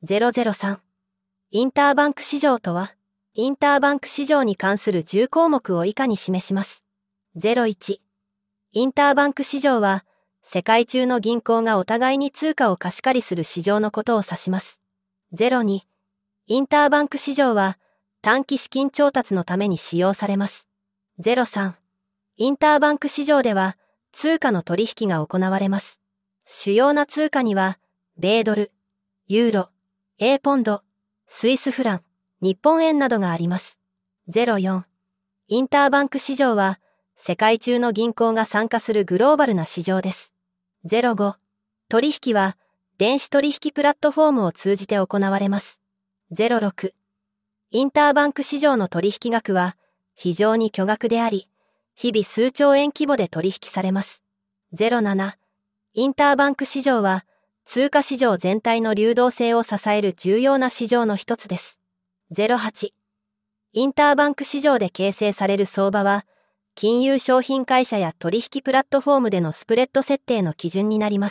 003。インターバンク市場とは、インターバンク市場に関する10項目を以下に示します。01。インターバンク市場は、世界中の銀行がお互いに通貨を貸し借りする市場のことを指します。02。インターバンク市場は、短期資金調達のために使用されます。03。インターバンク市場では、通貨の取引が行われます。主要な通貨には、米ドル、ユーロ、英ポンド、スイスフラン、日本円などがあります。04。インターバンク市場は、世界中の銀行が参加するグローバルな市場です。05。取引は、電子取引プラットフォームを通じて行われます。06。インターバンク市場の取引額は、非常に巨額であり、日々数兆円規模で取引されます。07。インターバンク市場は、通貨市場全体の流動性を支える重要な市場の一つです。08。インターバンク市場で形成される相場は、金融商品会社や取引プラットフォームでのスプレッド設定の基準になります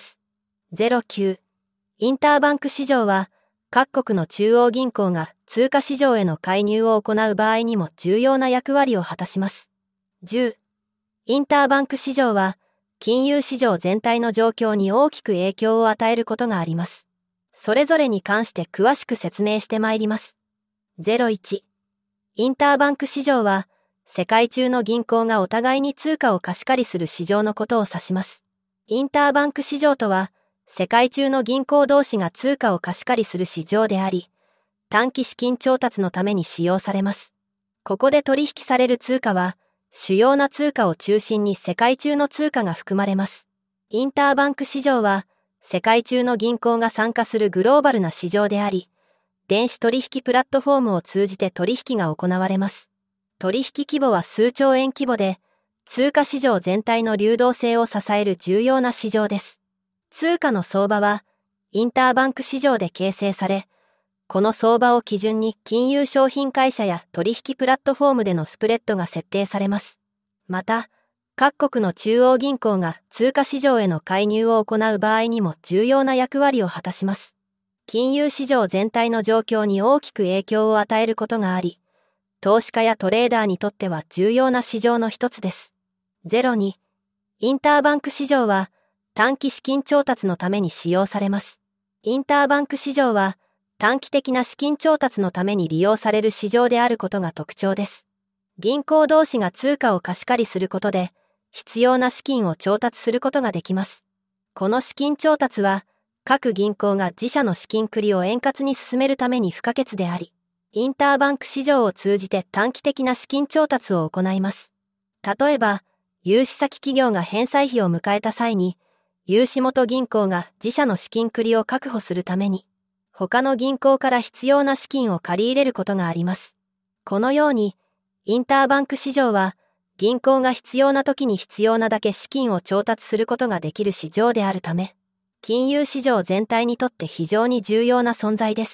。09。インターバンク市場は、各国の中央銀行が通貨市場への介入を行う場合にも重要な役割を果たします。10。インターバンク市場は、金融市場全体の状況に大きく影響を与えることがあります。それぞれに関して詳しく説明してまいります。01。インターバンク市場は、世界中の銀行がお互いに通貨を貸し借りする市場のことを指します。インターバンク市場とは、世界中の銀行同士が通貨を貸し借りする市場であり、短期資金調達のために使用されます。ここで取引される通貨は、主要な通貨を中心に世界中の通貨が含まれます。インターバンク市場は、世界中の銀行が参加するグローバルな市場であり、電子取引プラットフォームを通じて取引が行われます。取引規模は数兆円規模で、通貨市場全体の流動性を支える重要な市場です。通貨の相場は、インターバンク市場で形成され、この相場を基準に金融商品会社や取引プラットフォームでのスプレッドが設定されます。また、各国の中央銀行が通貨市場への介入を行う場合にも重要な役割を果たします。金融市場全体の状況に大きく影響を与えることがあり、投資家やトレーダーにとっては重要な市場の一つです。02。インターバンク市場は短期資金調達のために使用されます。インターバンク市場は短期的な資金調達のために利用される市場であることが特徴です。銀行同士が通貨を貸し借りすることで必要な資金を調達することができます。この資金調達は各銀行が自社の資金繰りを円滑に進めるために不可欠であり、インターバンク市場を通じて短期的な資金調達を行います。例えば、融資先企業が返済日を迎えた際に、融資元銀行が自社の資金繰りを確保するために、他の銀行から必要な資金を借り入れることがあります。このように、インターバンク市場は、銀行が必要な時に必要なだけ資金を調達することができる市場であるため、金融市場全体にとって非常に重要な存在です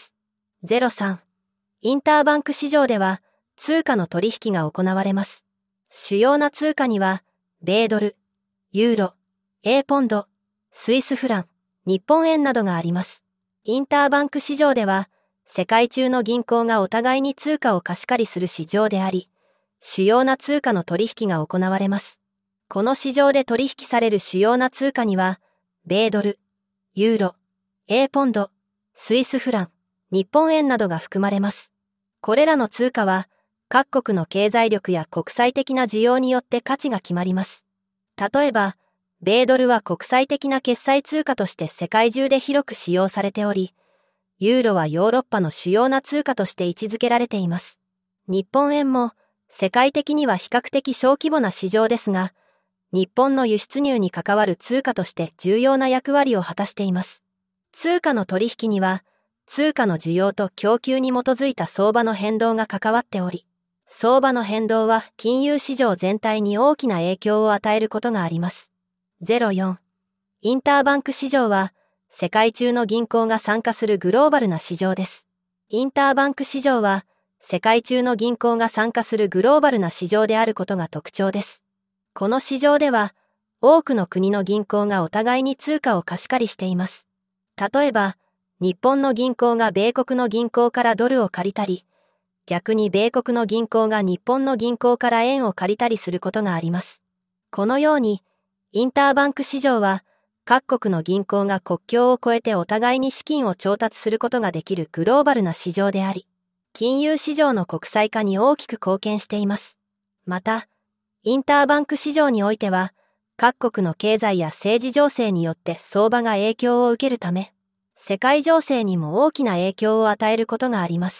。03。インターバンク市場では、通貨の取引が行われます。主要な通貨には、米ドル、ユーロ、英ポンド、スイスフラン、日本円などがあります。インターバンク市場では、世界中の銀行がお互いに通貨を貸し借りする市場であり、主要な通貨の取引が行われます。この市場で取引される主要な通貨には、米ドル、ユーロ、英ポンド、スイスフラン、日本円などが含まれます。これらの通貨は、各国の経済力や国際的な需要によって価値が決まります。例えば、米ドルは国際的な決済通貨として世界中で広く使用されており、ユーロはヨーロッパの主要な通貨として位置づけられています。日本円も、世界的には比較的小規模な市場ですが、日本の輸出入に関わる通貨として重要な役割を果たしています。通貨の取引には、通貨の需要と供給に基づいた相場の変動が関わっており、相場の変動は金融市場全体に大きな影響を与えることがあります。04. インターバンク市場は、世界中の銀行が参加するグローバルな市場です。インターバンク市場は、世界中の銀行が参加するグローバルな市場であることが特徴です。この市場では、多くの国の銀行がお互いに通貨を貸し借りしています。例えば、 日本の銀行が米国の銀行からドルを借りたり、逆に米国の銀行が日本の銀行から円を借りたりすることがあります。このように、インターバンク市場は、各国の銀行が国境を越えてお互いに資金を調達することができるグローバルな市場であり、金融市場の国際化に大きく貢献しています。また、インターバンク市場においては、各国の経済や政治情勢によって相場が影響を受けるため、世界情勢にも大きな影響を与えることがあります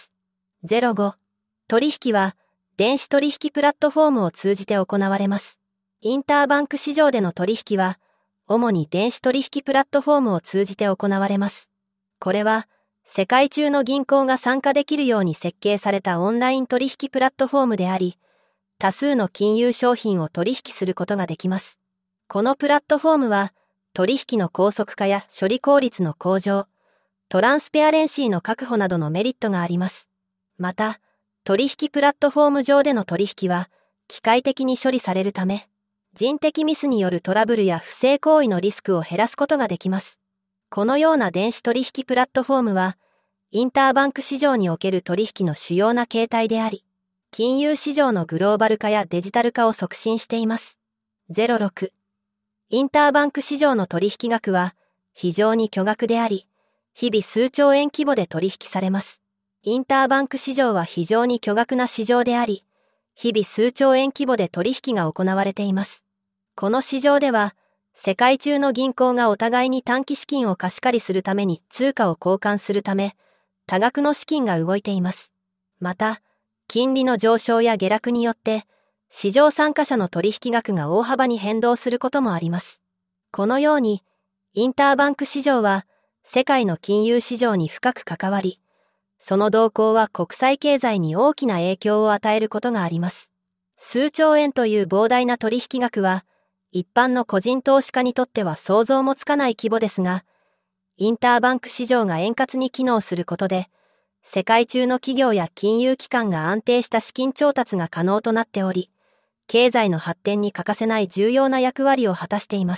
。05、取引は電子取引プラットフォームを通じて行われます。インターバンク市場での取引は、主に電子取引プラットフォームを通じて行われます。これは、世界中の銀行が参加できるように設計されたオンライン取引プラットフォームであり、多数の金融商品を取引することができます。このプラットフォームは、取引の高速化や処理効率の向上、トランスペアレンシーの確保などのメリットがあります。また、取引プラットフォーム上での取引は、機械的に処理されるため、人的ミスによるトラブルや不正行為のリスクを減らすことができます。このような電子取引プラットフォームは、インターバンク市場における取引の主要な形態であり、金融市場のグローバル化やデジタル化を促進しています。06、インターバンク市場の取引額は非常に巨額であり、日々数兆円規模で取引されます。インターバンク市場は非常に巨額な市場であり、日々数兆円規模で取引が行われています。この市場では、世界中の銀行がお互いに短期資金を貸し借りするために通貨を交換するため、多額の資金が動いています。また、金利の上昇や下落によって、市場参加者の取引額が大幅に変動することもあります。このように、インターバンク市場は、世界の金融市場に深く関わり、その動向は国際経済に大きな影響を与えることがあります。数兆円という膨大な取引額は、一般の個人投資家にとっては想像もつかない規模ですが、インターバンク市場が円滑に機能することで、世界中の企業や金融機関が安定した資金調達が可能となっており、経済の発展に欠かせない重要な役割を果たしています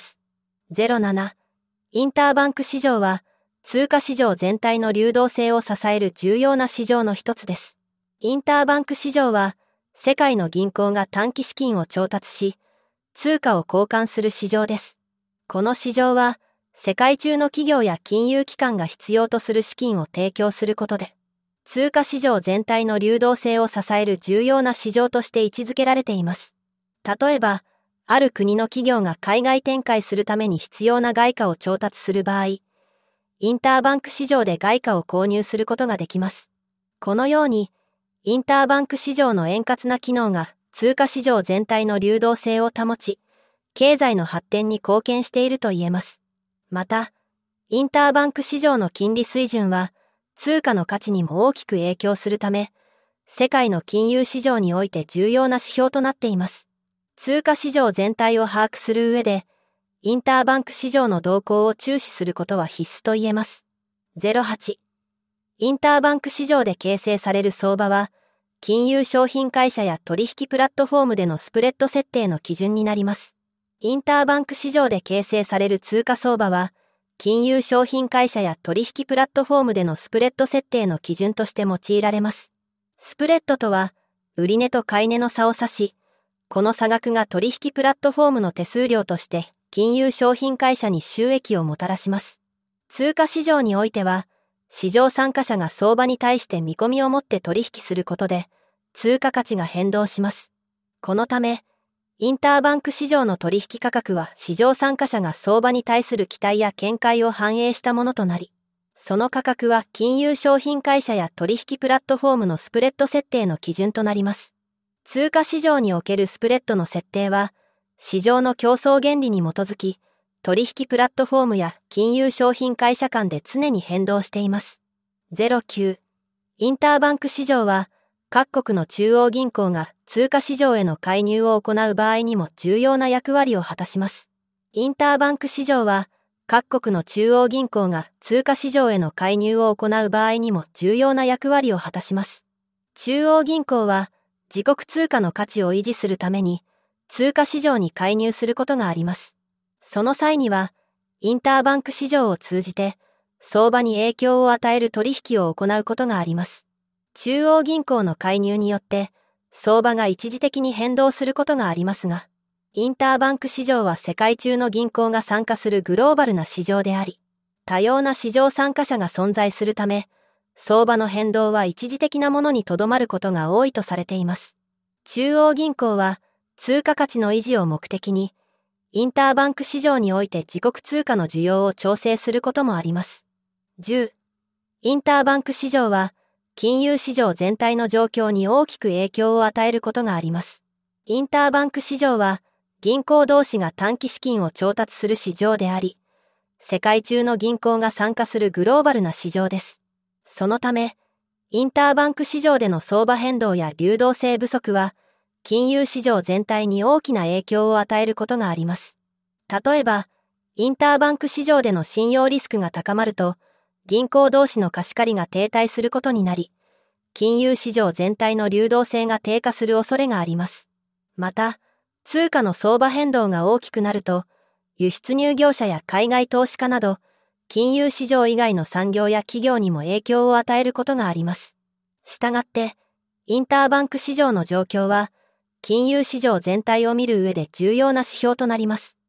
。07、インターバンク市場は、通貨市場全体の流動性を支える重要な市場の一つです。インターバンク市場は、世界の銀行が短期資金を調達し、通貨を交換する市場です。この市場は、世界中の企業や金融機関が必要とする資金を提供することで、通貨市場全体の流動性を支える重要な市場として位置づけられています。例えば、ある国の企業が海外展開するために必要な外貨を調達する場合、インターバンク市場で外貨を購入することができます。このように、インターバンク市場の円滑な機能が通貨市場全体の流動性を保ち、経済の発展に貢献していると言えます。また、インターバンク市場の金利水準は、通貨の価値にも大きく影響するため、世界の金融市場において重要な指標となっています。通貨市場全体を把握する上で、インターバンク市場の動向を注視することは必須と言えます。08、インターバンク市場で形成される相場は、金融商品会社や取引プラットフォームでのスプレッド設定の基準になります。インターバンク市場で形成される通貨相場は、金融商品会社や取引プラットフォームでのスプレッド設定の基準として用いられます。スプレッドとは、売値と買値の差を指し、この差額が取引プラットフォームの手数料として、金融商品会社に収益をもたらします。通貨市場においては、市場参加者が相場に対して見込みを持って取引することで、通貨価値が変動します。このため、インターバンク市場の取引価格は市場参加者が相場に対する期待や見解を反映したものとなり、その価格は金融商品会社や取引プラットフォームのスプレッド設定の基準となります。通貨市場におけるスプレッドの設定は、市場の競争原理に基づき、取引プラットフォームや金融商品会社間で常に変動しています。09、インターバンク市場は、各国の中央銀行が通貨市場への介入を行う場合にも重要な役割を果たします。インターバンク市場は、各国の中央銀行が通貨市場への介入を行う場合にも重要な役割を果たします。中央銀行は、自国通貨の価値を維持するために、通貨市場に介入することがあります。その際には、インターバンク市場を通じて、 相場に影響を与える取引を行うことがあります。中央銀行の介入によって、相場が一時的に変動することがありますが、インターバンク市場は世界中の銀行が参加するグローバルな市場であり、多様な市場参加者が存在するため、相場の変動は一時的なものにとどまることが多いとされています。中央銀行は、通貨価値の維持を目的に、インターバンク市場において自国通貨の需要を調整することもあります。10. インターバンク市場は、金融市場全体の状況に大きく影響を与えることがあります。インターバンク市場は、銀行同士が短期資金を調達する市場であり、世界中の銀行が参加するグローバルな市場です。そのため、インターバンク市場での相場変動や流動性不足は、金融市場全体に大きな影響を与えることがあります。例えば、インターバンク市場での信用リスクが高まると、銀行同士の貸し借りが停滞することになり、金融市場全体の流動性が低下する恐れがあります。また、通貨の相場変動が大きくなると、輸出入業者や海外投資家など、金融市場以外の産業や企業にも影響を与えることがあります。したがって、インターバンク市場の状況は、金融市場全体を見る上で重要な指標となります。